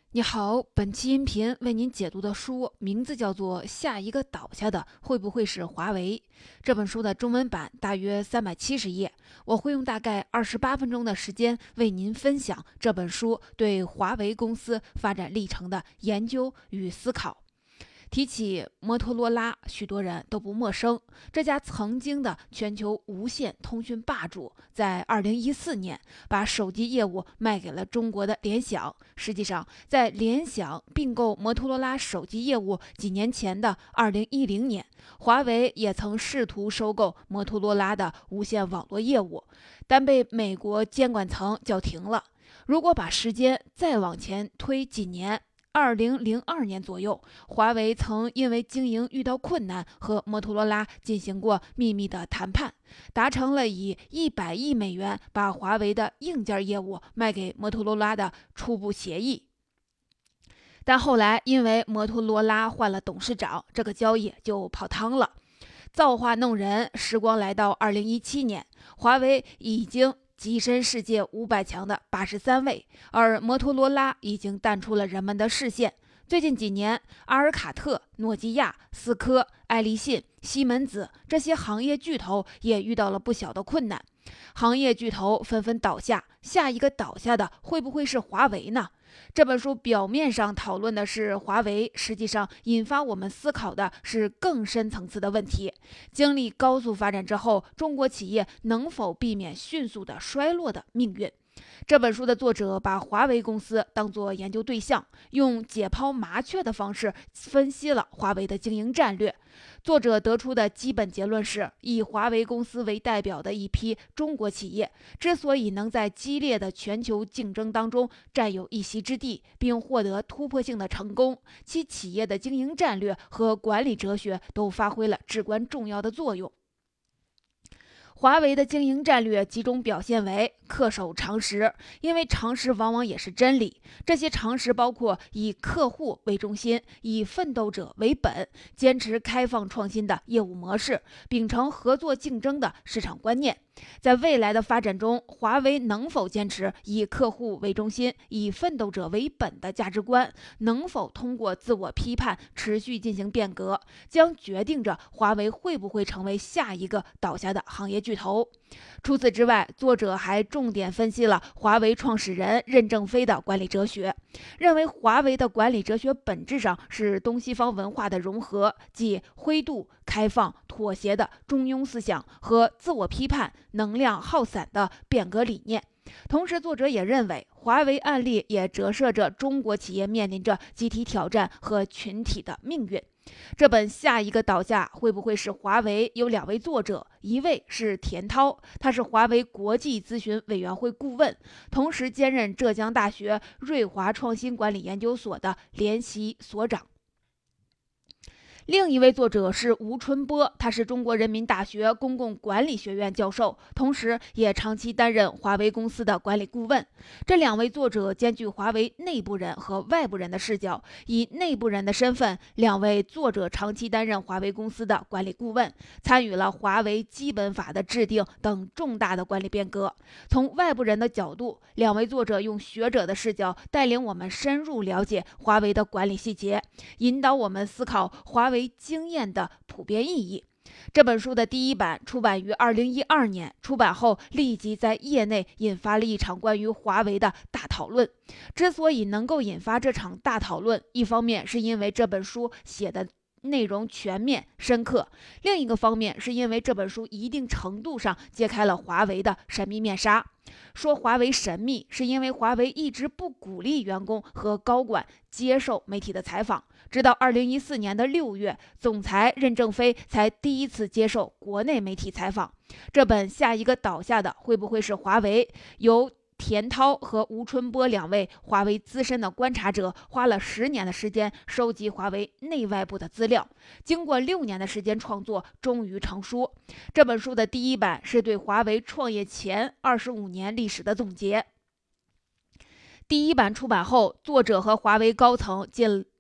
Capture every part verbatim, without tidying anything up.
你好，本期音频为您解读的书名字叫做《下一个倒下的会不会是华为》。这本书的中文版大约三百七十页，我会用大概二十八分钟的时间为您分享这本书对华为公司发展历程的研究与思考。提起摩托罗拉，许多人都不陌生。这家曾经的全球无线通讯霸主，在二零一四年把手机业务卖给了中国的联想。实际上，在联想并购摩托罗拉手机业务几年前的二零一零年，华为也曾试图收购摩托罗拉的无线网络业务，但被美国监管层叫停了。如果把时间再往前推几年，二零零二年左右，华为曾因为经营遇到困难，和摩托罗拉进行过秘密的谈判，达成了以一百亿美元把华为的硬件业务卖给摩托罗拉的初步协议。但后来因为摩托罗拉换了董事长，这个交易就泡汤了。造化弄人，时光来到二零一七年，华为已经跻身世界五百强的八十三位，而摩托罗拉已经淡出了人们的视线。最近几年，阿尔卡特、诺基亚、思科、爱立信、西门子这些行业巨头也遇到了不小的困难，行业巨头纷纷倒下，下一个倒下的会不会是华为呢？这本书表面上讨论的是华为，实际上引发我们思考的是更深层次的问题。经历高速发展之后，中国企业能否避免迅速的衰落的命运？这本书的作者把华为公司当作研究对象，用解剖麻雀的方式分析了华为的经营战略。作者得出的基本结论是，以华为公司为代表的一批中国企业之所以能在激烈的全球竞争当中占有一席之地，并获得突破性的成功，其企业的经营战略和管理哲学都发挥了至关重要的作用。华为的经营战略集中表现为恪守常识，因为常识往往也是真理。这些常识包括以客户为中心，以奋斗者为本，坚持开放创新的业务模式，秉承合作竞争的市场观念。在未来的发展中，华为能否坚持以客户为中心、以奋斗者为本的价值观，能否通过自我批判持续进行变革，将决定着华为会不会成为下一个倒下的行业巨头。除此之外，作者还重点分析了华为创始人任正非的管理哲学，认为华为的管理哲学本质上是东西方文化的融合，即灰度、开放、妥协的中庸思想和自我批判、能量耗散的变革理念。同时，作者也认为，华为案例也折射着中国企业面临着集体挑战和群体的命运。这本下一个倒下会不会是华为有两位作者，一位是田涛，他是华为国际咨询委员会顾问，同时兼任浙江大学瑞华创新管理研究所的联席所长。另一位作者是吴春波，他是中国人民大学公共管理学院教授，同时也长期担任华为公司的管理顾问。这两位作者兼具华为内部人和外部人的视角，以内部人的身份，两位作者长期担任华为公司的管理顾问，参与了华为基本法的制定等重大的管理变革。从外部人的角度，两位作者用学者的视角带领我们深入了解华为的管理细节，引导我们思考华为经验的普遍意义。这本书的第一版出版于二零一二年，出版后立即在业内引发了一场关于华为的大讨论。之所以能够引发这场大讨论，一方面是因为这本书写的内容全面深刻，另一个方面是因为这本书一定程度上揭开了华为的神秘面纱。说华为神秘，是因为华为一直不鼓励员工和高管接受媒体的采访，直到二零一四年的六月，总裁任正非才第一次接受国内媒体采访。这本下一个倒下的会不会是华为，由田涛和吴春波两位华为资深的观察者花了十年的时间收集华为内外部的资料，经过六年的时间创作，终于成书。这本书的第一版是对华为创业前二十五年历史的总结。第一版出版后，作者和华为高层进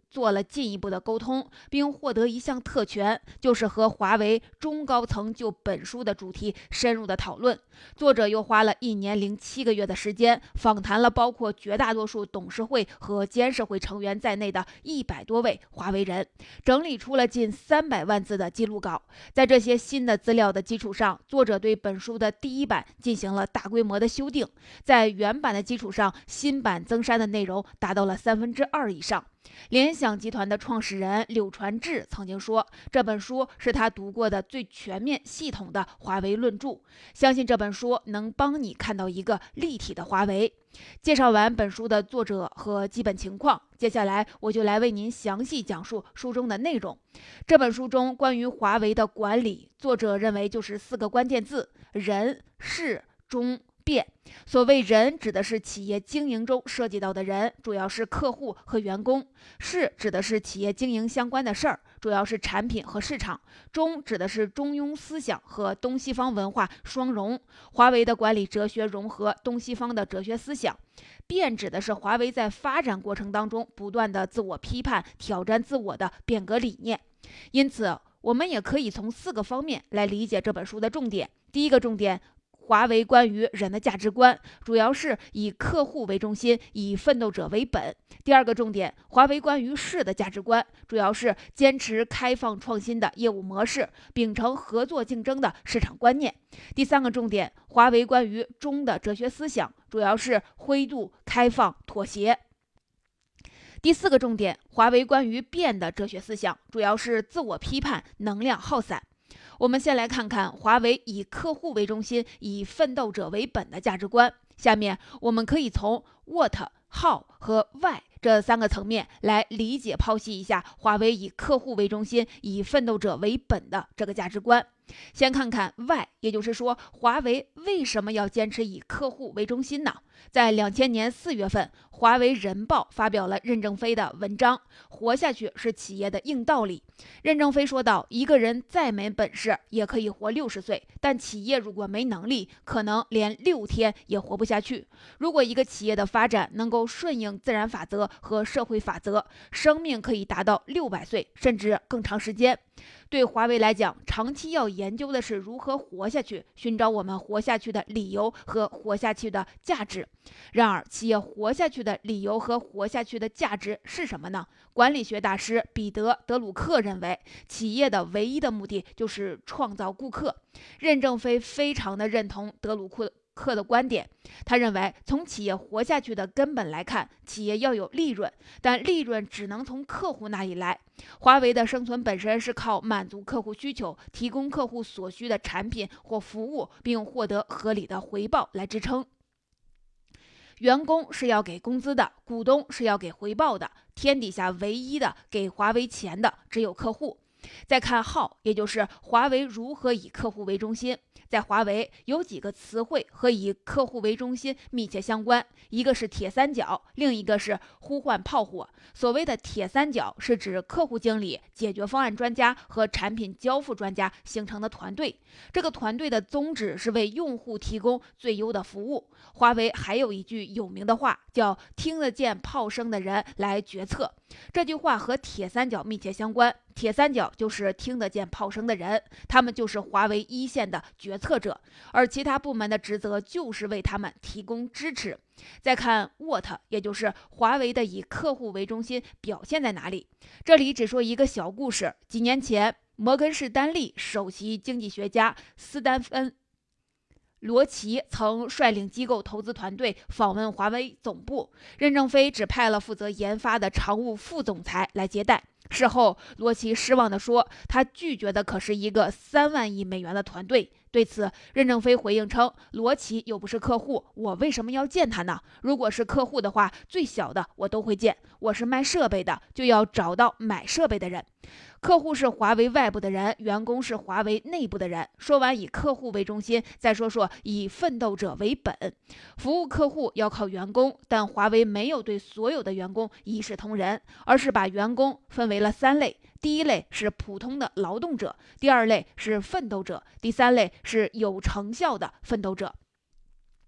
做了进一步的沟通，并获得一项特权，就是和华为中高层就本书的主题深入的讨论。作者又花了一年零七个月的时间，访谈了包括绝大多数董事会和监事会成员在内的一百多位华为人，整理出了近三百万字的记录稿。在这些新的资料的基础上，作者对本书的第一版进行了大规模的修订，在原版的基础上，新版增删的内容达到了三分之二以上。联想集团的创始人柳传志曾经说，这本书是他读过的最全面系统的华为论著，相信这本书能帮你看到一个立体的华为。介绍完本书的作者和基本情况，接下来我就来为您详细讲述书中的内容。这本书中关于华为的管理，作者认为就是四个关键字：人、事、中、变。所谓人，指的是企业经营中涉及到的人，主要是客户和员工；事指的是企业经营相关的事儿，主要是产品和市场；中指的是中庸思想和东西方文化双融，华为的管理哲学融合东西方的哲学思想；变指的是华为在发展过程当中不断的自我批判、挑战自我的变革理念。因此，我们也可以从四个方面来理解这本书的重点。第一个重点，华为关于人的价值观，主要是以客户为中心，以奋斗者为本。第二个重点，华为关于事的价值观，主要是坚持开放创新的业务模式，秉承合作竞争的市场观念。第三个重点，华为关于中的哲学思想，主要是灰度、开放、妥协。第四个重点，华为关于变的哲学思想，主要是自我批判、能量耗散。我们先来看看华为以客户为中心，以奋斗者为本的价值观。下面我们可以从 what、how 和 why 这三个层面来理解剖析一下华为以客户为中心，以奋斗者为本的这个价值观。先看看 why， 也就是说华为为什么要坚持以客户为中心呢？在两千年四月份，华为人报发表了任正非的文章，活下去是企业的硬道理。任正非说道，一个人再没本事也可以活六十岁，但企业如果没能力，可能连六天也活不下去。如果一个企业的发展能够顺应自然法则和社会法则，生命可以达到六百岁甚至更长时间。对华为来讲，长期要研究的是如何活下去，寻找我们活下去的理由和活下去的价值。然而，企业活下去的理由和活下去的价值是什么呢？管理学大师彼得·德鲁克认为，企业的唯一的目的就是创造顾客。任正非非常的认同德鲁克克的观点，他认为从企业活下去的根本来看，企业要有利润，但利润只能从客户那里来。华为的生存本身是靠满足客户需求，提供客户所需的产品或服务，并获得合理的回报来支撑。员工是要给工资的，股东是要给回报的，天底下唯一的给华为钱的只有客户。再看 how， 也就是华为如何以客户为中心。在华为有几个词汇和以客户为中心密切相关，一个是铁三角，另一个是呼唤炮火。所谓的铁三角是指客户经理、解决方案专家和产品交付专家形成的团队，这个团队的宗旨是为用户提供最优的服务。华为还有一句有名的话，叫听得见炮声的人来决策，这句话和铁三角密切相关。铁三角就是听得见炮声的人，他们就是华为一线的决策者，而其他部门的职责就是为他们提供支持。再看 what， 也就是华为的以客户为中心表现在哪里。这里只说一个小故事，几年前摩根士丹利首席经济学家斯丹芬罗奇曾率领机构投资团队访问华为总部，任正非只派了负责研发的常务副总裁来接待。事后，罗奇失望地说，他拒绝的可是一个三万亿美元的团队。对此，任正非回应称，罗奇又不是客户，我为什么要见他呢？如果是客户的话，最小的我都会见，我是卖设备的，就要找到买设备的人。客户是华为外部的人，员工是华为内部的人。说完以客户为中心，再说说以奋斗者为本。服务客户要靠员工，但华为没有对所有的员工一视同仁，而是把员工分为了三类。第一类是普通的劳动者，第二类是奋斗者，第三类是有成效的奋斗者。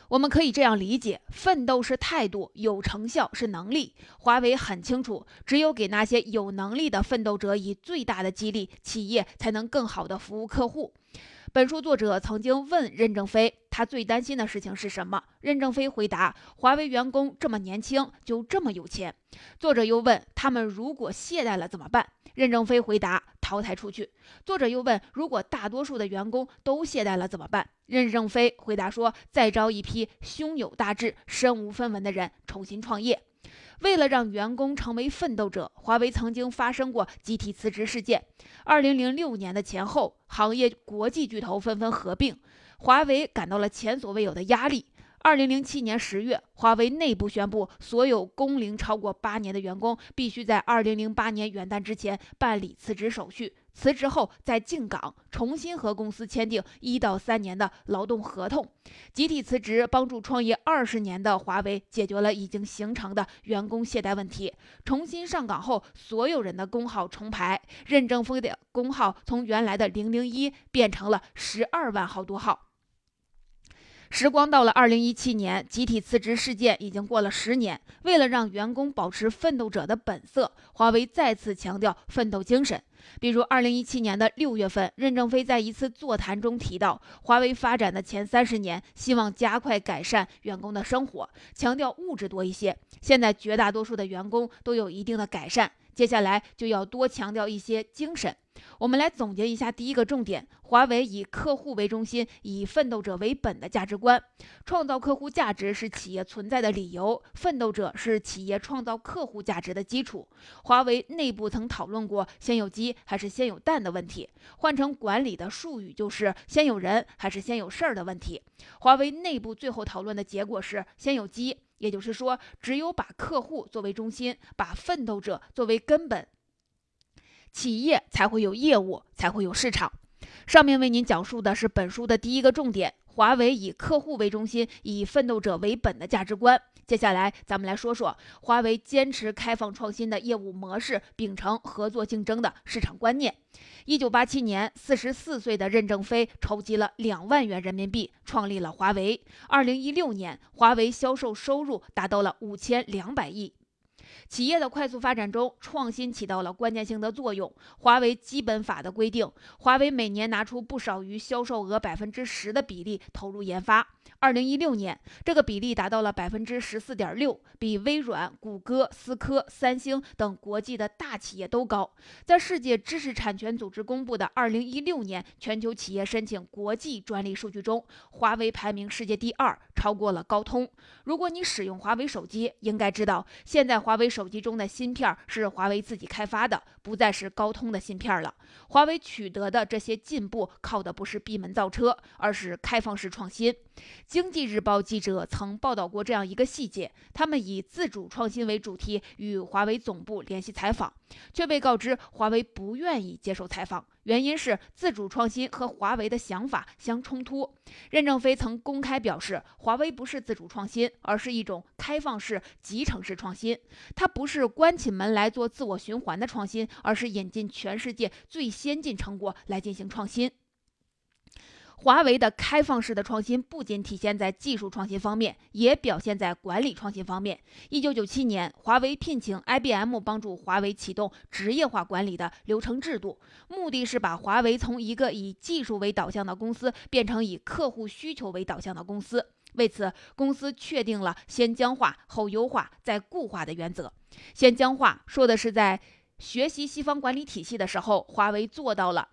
我们可以这样理解，奋斗是态度，有成效是能力。华为很清楚，只有给那些有能力的奋斗者以最大的激励，企业才能更好地服务客户。本书作者曾经问任正非，他最担心的事情是什么？任正非回答：华为员工这么年轻，就这么有钱。作者又问，他们如果懈怠了怎么办？任正非回答：淘汰出去。作者又问，如果大多数的员工都懈怠了怎么办？任正非回答说：再招一批胸有大志、身无分文的人重新创业。为了让员工成为奋斗者，华为曾经发生过集体辞职事件。二零零六年的前后，行业国际巨头纷纷合并，华为感到了前所未有的压力。二零零七年十月，华为内部宣布，所有工龄超过八年的员工必须在二零零八年元旦之前办理辞职手续，辞职后再进岗，重新和公司签订一到三年的劳动合同。集体辞职帮助创业二十年的华为解决了已经形成的员工懈怠问题。重新上岗后，所有人的工号重排，任正非的工号从原来的零零一变成了十二万号多号。时光到了二零一七年，集体辞职事件已经过了十年。为了让员工保持奋斗者的本色，华为再次强调奋斗精神。比如二零一七年的六月份，任正非在一次座谈中提到，华为发展的前三十年，希望加快改善员工的生活，强调物质多一些。现在绝大多数的员工都有一定的改善，接下来就要多强调一些精神。我们来总结一下第一个重点：华为以客户为中心，以奋斗者为本的价值观。创造客户价值是企业存在的理由，奋斗者是企业创造客户价值的基础。华为内部曾讨论过先有鸡还是先有蛋的问题，换成管理的术语就是先有人还是先有事儿的问题。华为内部最后讨论的结果是先有鸡，也就是说，只有把客户作为中心，把奋斗者作为根本，企业才会有业务，才会有市场。上面为您讲述的是本书的第一个重点：华为以客户为中心，以奋斗者为本的价值观。接下来咱们来说说华为坚持开放创新的业务模式，秉承合作竞争的市场观念。一九八七年，四十四岁的任正非筹集了两万元人民币，创立了华为。二零一六年，华为销售收入达到了五千两百亿。企业的快速发展中，创新起到了关键性的作用。华为基本法的规定，华为每年拿出不少于销售额百分之十的比例投入研发。二零一六年，这个比例达到了百分之十四点六，比微软、谷歌、思科、三星等国际的大企业都高。在世界知识产权组织公布的二零一六年全球企业申请国际专利数据中，华为排名世界第二，超过了高通。如果你使用华为手机，应该知道，现在华为手机中的芯片是华为自己开发的，不再是高通的芯片了。华为取得的这些进步，靠的不是闭门造车，而是开放式创新。经济日报记者曾报道过这样一个细节：他们以自主创新为主题与华为总部联系采访，却被告知华为不愿意接受采访，原因是自主创新和华为的想法相冲突。任正非曾公开表示，华为不是自主创新，而是一种开放式集成式创新。它不是关起门来做自我循环的创新，而是引进全世界最先进成果来进行创新。华为的开放式的创新不仅体现在技术创新方面，也表现在管理创新方面。一九九七年，华为聘请 I B M 帮助华为启动职业化管理的流程制度，目的是把华为从一个以技术为导向的公司变成以客户需求为导向的公司。为此，公司确定了先僵化后优化再固化的原则。先僵化说的是在学习西方管理体系的时候，华为做到了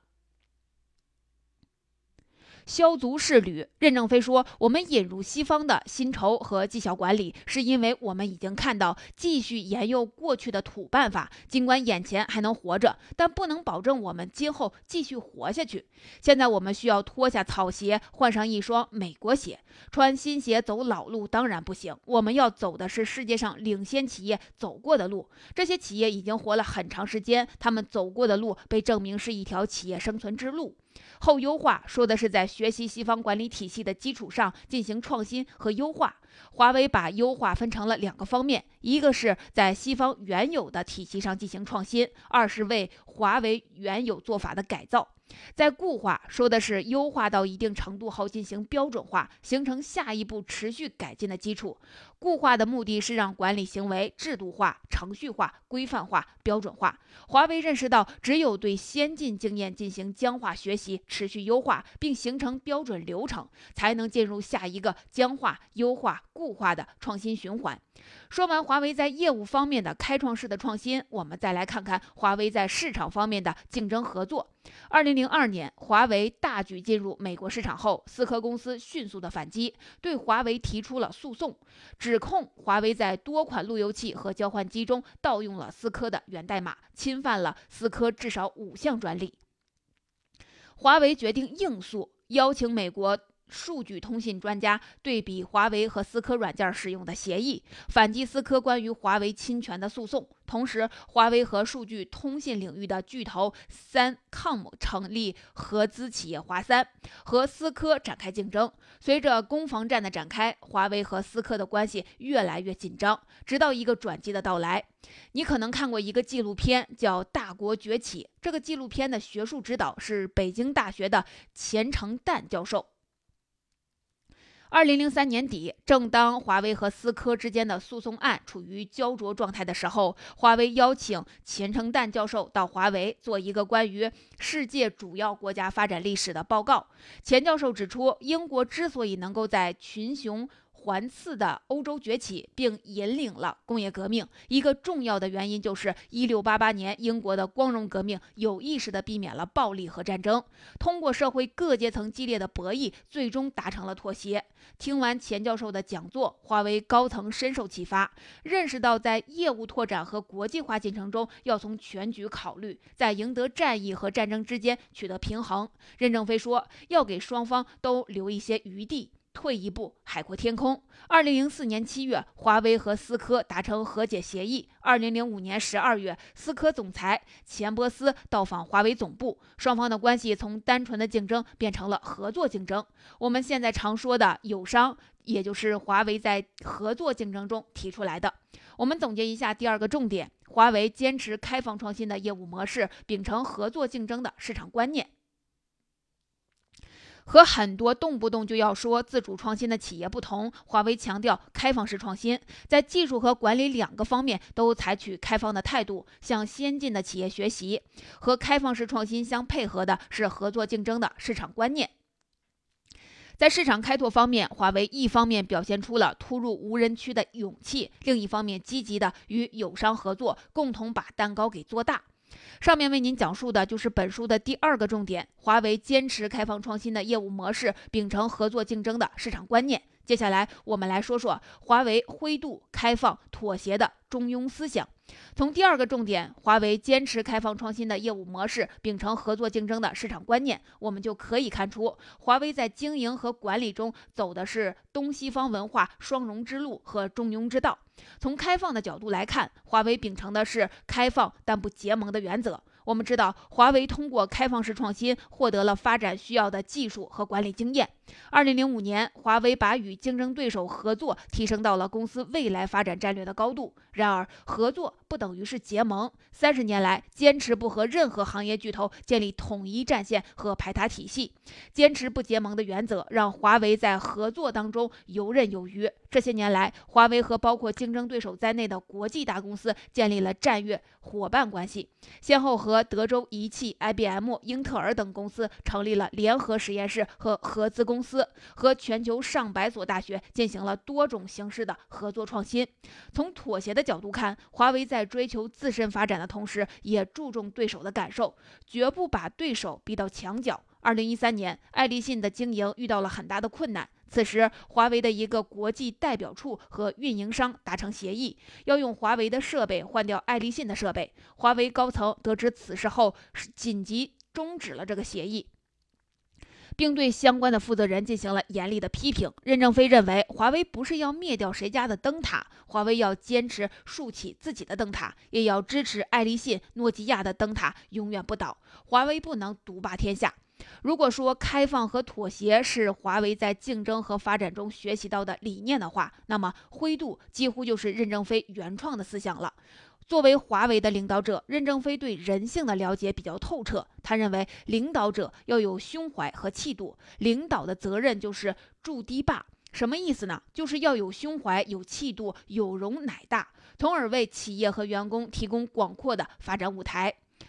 削足适履。任正非说，我们引入西方的薪酬和绩效管理，是因为我们已经看到继续沿用过去的土办法，尽管眼前还能活着，但不能保证我们今后继续活下去。现在我们需要脱下草鞋，换上一双美国鞋。穿新鞋走老路当然不行，我们要走的是世界上领先企业走过的路。这些企业已经活了很长时间，他们走过的路被证明是一条企业生存之路。后优化说的是在学习西方管理体系的基础上进行创新和优化。华为把优化分成了两个方面，一个是在西方原有的体系上进行创新，二是为华为原有做法的改造。 在固化说的是优化到一定程度后进行标准化，形成下一步持续改进的基础。固化的目的是让管理行为制度化、程序化、规范化、标准化。华为认识到，只有对先进经验进行僵化学习、持续优化，并形成标准流程，才能进入下一个僵化、优化、固化的创新循环。说完华为在业务方面的开创式的创新，我们再来看看华为在市场方面的竞争合作。二零零二年，华为大举进入美国市场后，思科公司迅速的反击，对华为提出了诉讼，指控华为在多款路由器和交换机中盗用了思科的源代码，侵犯了思科至少五项专利。华为决定应诉，邀请美国数据通信专家对比华为和思科软件使用的协议，反击思科关于华为侵权的诉讼。同时，华为和数据通信领域的巨头三 com 成立合资企业华三，和思科展开竞争。随着攻防战的展开，华为和思科的关系越来越紧张，直到一个转机的到来。你可能看过一个纪录片叫《大国崛起》，这个纪录片的学术指导是北京大学的钱成旦教授。二零零三年底，正当华为和思科之间的诉讼案处于焦灼状态的时候，华为邀请钱成旦教授到华为做一个关于世界主要国家发展历史的报告。钱教授指出，英国之所以能够在群雄环伺的欧洲崛起，并引领了工业革命，一个重要的原因就是一六八八年英国的光荣革命有意识地避免了暴力和战争，通过社会各阶层激烈的博弈，最终达成了妥协。听完钱教授的讲座，华为高层深受启发，认识到在业务拓展和国际化进程中要从全局考虑，在赢得战役和战争之间取得平衡。任正非说，要给双方都留一些余地，退一步，海阔天空。二零零四年七月，华为和思科达成和解协议。二零零五年十二月，思科总裁钱伯斯到访华为总部，双方的关系从单纯的竞争变成了合作竞争。我们现在常说的友商，也就是华为在合作竞争中提出来的。我们总结一下第二个重点：华为坚持开放创新的业务模式，秉承合作竞争的市场观念。和很多动不动就要说自主创新的企业不同，华为强调开放式创新，在技术和管理两个方面都采取开放的态度，向先进的企业学习。和开放式创新相配合的是合作竞争的市场观念。在市场开拓方面，华为一方面表现出了突入无人区的勇气，另一方面积极的与友商合作，共同把蛋糕给做大。上面为您讲述的就是本书的第二个重点：华为坚持开放创新的业务模式，秉承合作竞争的市场观念。接下来我们来说说华为灰度、开放、妥协的中庸思想。从第二个重点，华为坚持开放创新的业务模式，秉承合作竞争的市场观念，我们就可以看出，华为在经营和管理中走的是东西方文化双融之路和中庸之道。从开放的角度来看，华为秉承的是开放但不结盟的原则。我们知道，华为通过开放式创新获得了发展需要的技术和管理经验。二零零五年，华为把与竞争对手合作提升到了公司未来发展战略的高度。然而，合作不等于是结盟。三十年来，坚持不和任何行业巨头建立统一战线和排他体系，坚持不结盟的原则，让华为在合作当中游刃有余。这些年来，华为和包括竞争对手在内的国际大公司建立了战略伙伴关系，先后和德州仪器、I B M、英特尔等公司成立了联合实验室和合资公司，和全球上百所大学进行了多种形式的合作创新。从妥协的角度看，华为在追求自身发展的同时，也注重对手的感受，绝不把对手逼到墙角。二零一三年，爱立信的经营遇到了很大的困难。此时，华为的一个国际代表处和运营商达成协议，要用华为的设备换掉爱立信的设备。华为高层得知此事后，紧急终止了这个协议，并对相关的负责人进行了严厉的批评。任正非认为，华为不是要灭掉谁家的灯塔，华为要坚持竖起自己的灯塔，也要支持爱立信、诺基亚的灯塔永远不倒。华为不能独霸天下。如果说开放和妥协是华为在竞争和发展中学习到的理念的话，那么灰度几乎就是任正非原创的思想了。 作为华为的领导者，任正非对人性的了解比较透彻。他认为，领导者要有胸怀和气度，领导的责任就是筑堤坝。什么意思呢？就是要有胸怀、有气度、有容乃大，从而为企业和员工提供广阔的发展舞台。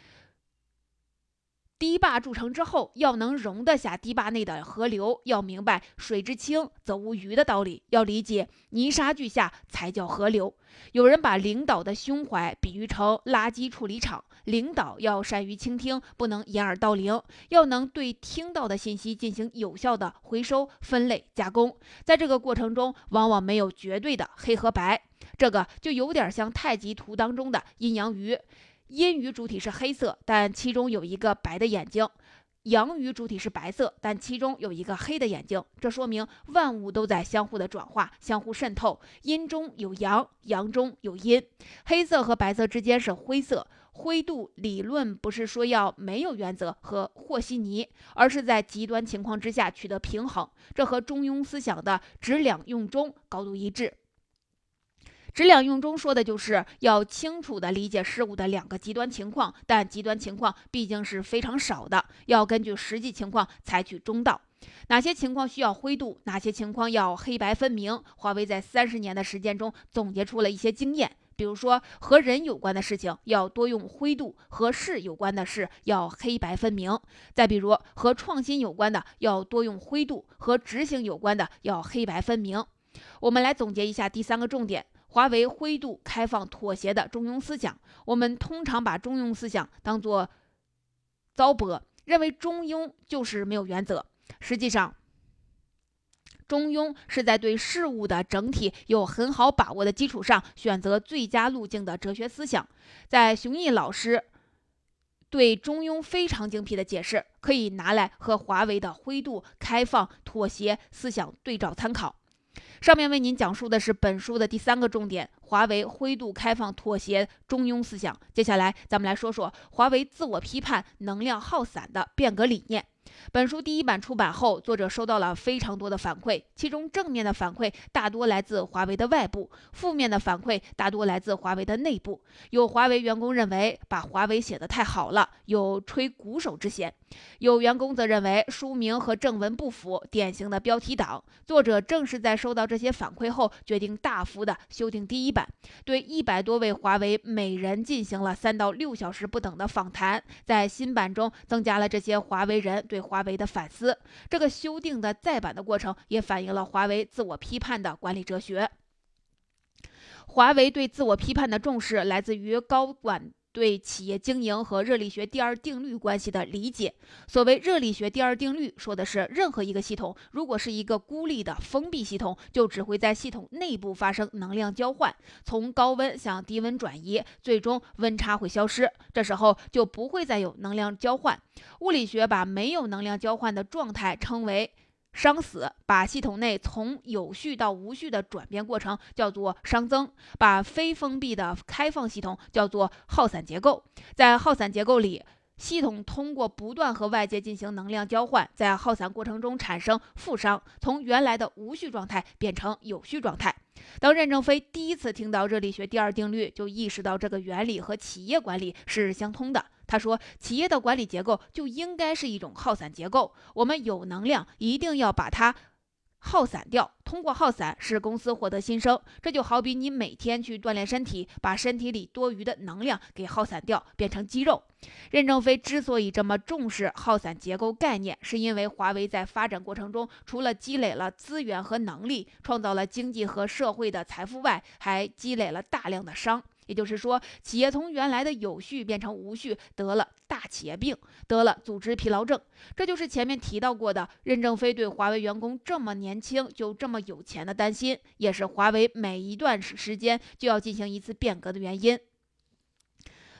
堤坝筑成之后，要能容得下堤坝内的河流，要明白水之清则无鱼的道理，要理解泥沙俱下才叫河流。有人把领导的胸怀比喻成垃圾处理厂，领导要善于倾听，不能掩耳盗铃，要能对听到的信息进行有效的回收、分类、加工。在这个过程中，往往没有绝对的黑和白，这个就有点像太极图当中的阴阳鱼。阴鱼主体是黑色，但其中有一个白的眼睛；阳鱼主体是白色，但其中有一个黑的眼睛。这说明万物都在相互的转化，相互渗透，阴中有阳，阳中有阴。黑色和白色之间是灰色。灰度理论不是说要没有原则和和稀泥，而是在极端情况之下取得平衡，这和中庸思想的质两用中高度一致。质两用中说的就是要清楚地理解事物的两个极端情况，但极端情况毕竟是非常少的，要根据实际情况采取中道。哪些情况需要灰度，哪些情况要黑白分明，华为在三十年的时间中总结出了一些经验。比如说，和人有关的事情要多用灰度，和事有关的事要黑白分明。再比如，和创新有关的要多用灰度，和执行有关的要黑白分明。我们来总结一下第三个重点：华为灰度、开放、妥协的中庸思想。我们通常把中庸思想当作糟粕，认为中庸就是没有原则。实际上，中庸是在对事物的整体有很好把握的基础上，选择最佳路径的哲学思想。在熊毅老师对中庸非常精辟的解释，可以拿来和华为的灰度、开放、妥协思想对照参考。上面为您讲述的是本书的第三个重点：华为灰度、开放、妥协中庸思想。接下来咱们来说说华为自我批判、能量耗散的变革理念。本书第一版出版后，作者收到了非常多的反馈，其中正面的反馈大多来自华为的外部，负面的反馈大多来自华为的内部。有华为员工认为把华为写得太好了，有吹鼓手之嫌；有员工则认为书名和正文不符，典型的标题党。作者正是在收到这些反馈后，决定大幅的修订第一版，对一百多位华为每人进行了三到六小时不等的访谈，在新版中增加了这些华为人对华为的反思。这个修订的再版的过程也反映了华为自我批判的管理哲学。华为对自我批判的重视来自于高管对企业经营和热力学第二定律关系的理解。所谓热力学第二定律，说的是任何一个系统如果是一个孤立的封闭系统，就只会在系统内部发生能量交换，从高温向低温转移，最终温差会消失，这时候就不会再有能量交换。物理学把没有能量交换的状态称为熵死，把系统内从有序到无序的转变过程叫做熵增，把非封闭的开放系统叫做耗散结构。在耗散结构里，系统通过不断和外界进行能量交换，在耗散过程中产生负熵，从原来的无序状态变成有序状态。当任正非第一次听到热力学第二定律，就意识到这个原理和企业管理是相通的。他说，企业的管理结构就应该是一种耗散结构，我们有能量一定要把它耗散掉，通过耗散使公司获得新生。这就好比你每天去锻炼身体，把身体里多余的能量给耗散掉，变成肌肉。任正非之所以这么重视耗散结构概念，是因为华为在发展过程中，除了积累了资源和能力，创造了经济和社会的财富外，还积累了大量的伤。也就是说，企业从原来的有序变成无序，得了大企业病，得了组织疲劳症。这就是前面提到过的任正非对华为员工这么年轻就这么有钱的担心，也是华为每一段时间就要进行一次变革的原因。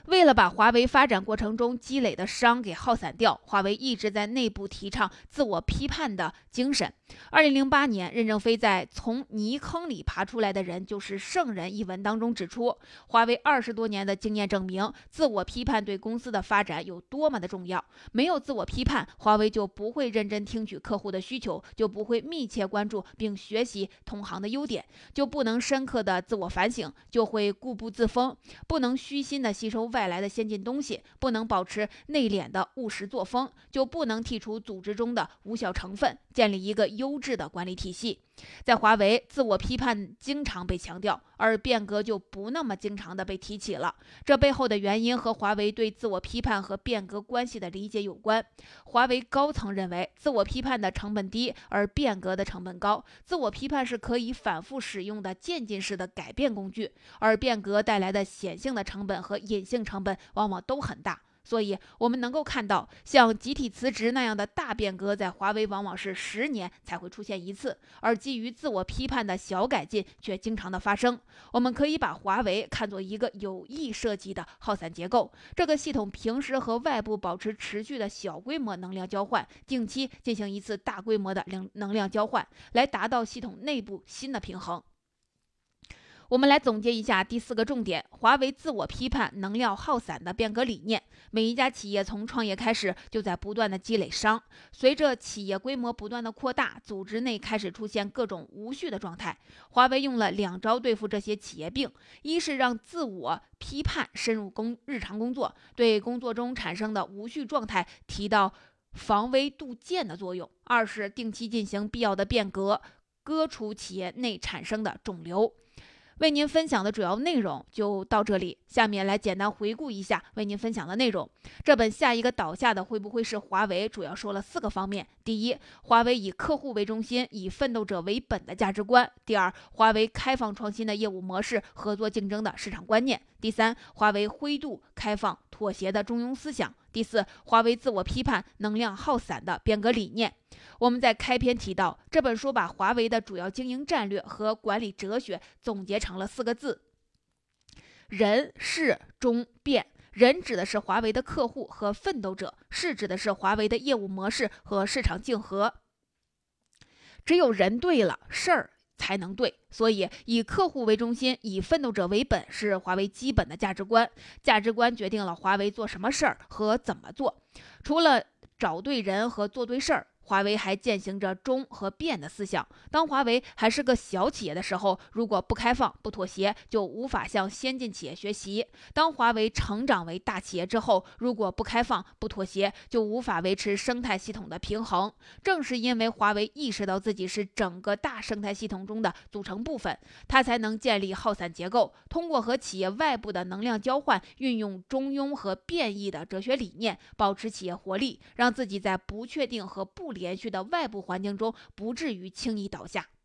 为了把华为发展过程中积累的伤给耗散掉，华为一直在内部提倡自我批判的精神。二零零八年，任正非在《从泥坑里爬出来的人就是圣人》一文当中指出，华为二十多年的经验证明，自我批判对公司的发展有多么的重要。没有自我批判，华为就不会认真听取客户的需求，就不会密切关注并学习同行的优点，就不能深刻的自我反省，就会固步自封，不能虚心的吸收外来的先进东西，不能保持内敛的务实作风，就不能剔除组织中的无效成分，建立一个优质的管理体系。在华为，自我批判经常被强调，而变革就不那么经常的被提起了。这背后的原因和华为对自我批判和变革关系的理解有关。华为高层认为，自我批判的成本低，而变革的成本高。自我批判是可以反复使用的渐进式的改变工具，而变革带来的显性的成本和隐性成本往往都很大。所以我们能够看到，像集体辞职那样的大变革在华为往往是十年才会出现一次，而基于自我批判的小改进却经常的发生。我们可以把华为看作一个有意设计的耗散结构，这个系统平时和外部保持持续的小规模能量交换，定期进行一次大规模的能量交换，来达到系统内部新的平衡。我们来总结一下第四个重点：华为自我批判、能量耗散的变革理念。每一家企业从创业开始就在不断的积累伤，随着企业规模不断的扩大，组织内开始出现各种无序的状态。华为用了两招对付这些企业病：一是让自我批判深入工日常工作，对工作中产生的无序状态提到防微杜渐的作用；二是定期进行必要的变革，割除企业内产生的肿瘤。为您分享的主要内容就到这里，下面来简单回顾一下为您分享的内容。这本下一个倒下的会不会是华为，主要说了四个方面：第一，华为以客户为中心，以奋斗者为本的价值观；第二，华为开放创新的业务模式，合作竞争的市场观念；第三，华为灰度开放妥协的中庸思想；第四，华为自我批判、能量耗散的变革理念。我们在开篇提到，这本书把华为的主要经营战略和管理哲学总结成了四个字：人、事、中、变。人指的是华为的客户和奋斗者，事指的是华为的业务模式和市场竞合。只有人对了，事儿才能对，所以以客户为中心，以奋斗者为本是华为基本的价值观。价值观决定了华为做什么事儿和怎么做。除了找对人和做对事儿，华为还践行着中和变的思想。当华为还是个小企业的时候，如果不开放、不妥协，就无法向先进企业学习；当华为成长为大企业之后，如果不开放、不妥协，就无法维持生态系统的平衡。正是因为华为意识到自己是整个大生态系统中的组成部分，它才能建立耗散结构，通过和企业外部的能量交换，运用中庸和变异的哲学理念，保持企业活力，让自己在不确定和不连续的外部环境中不至于轻易倒下。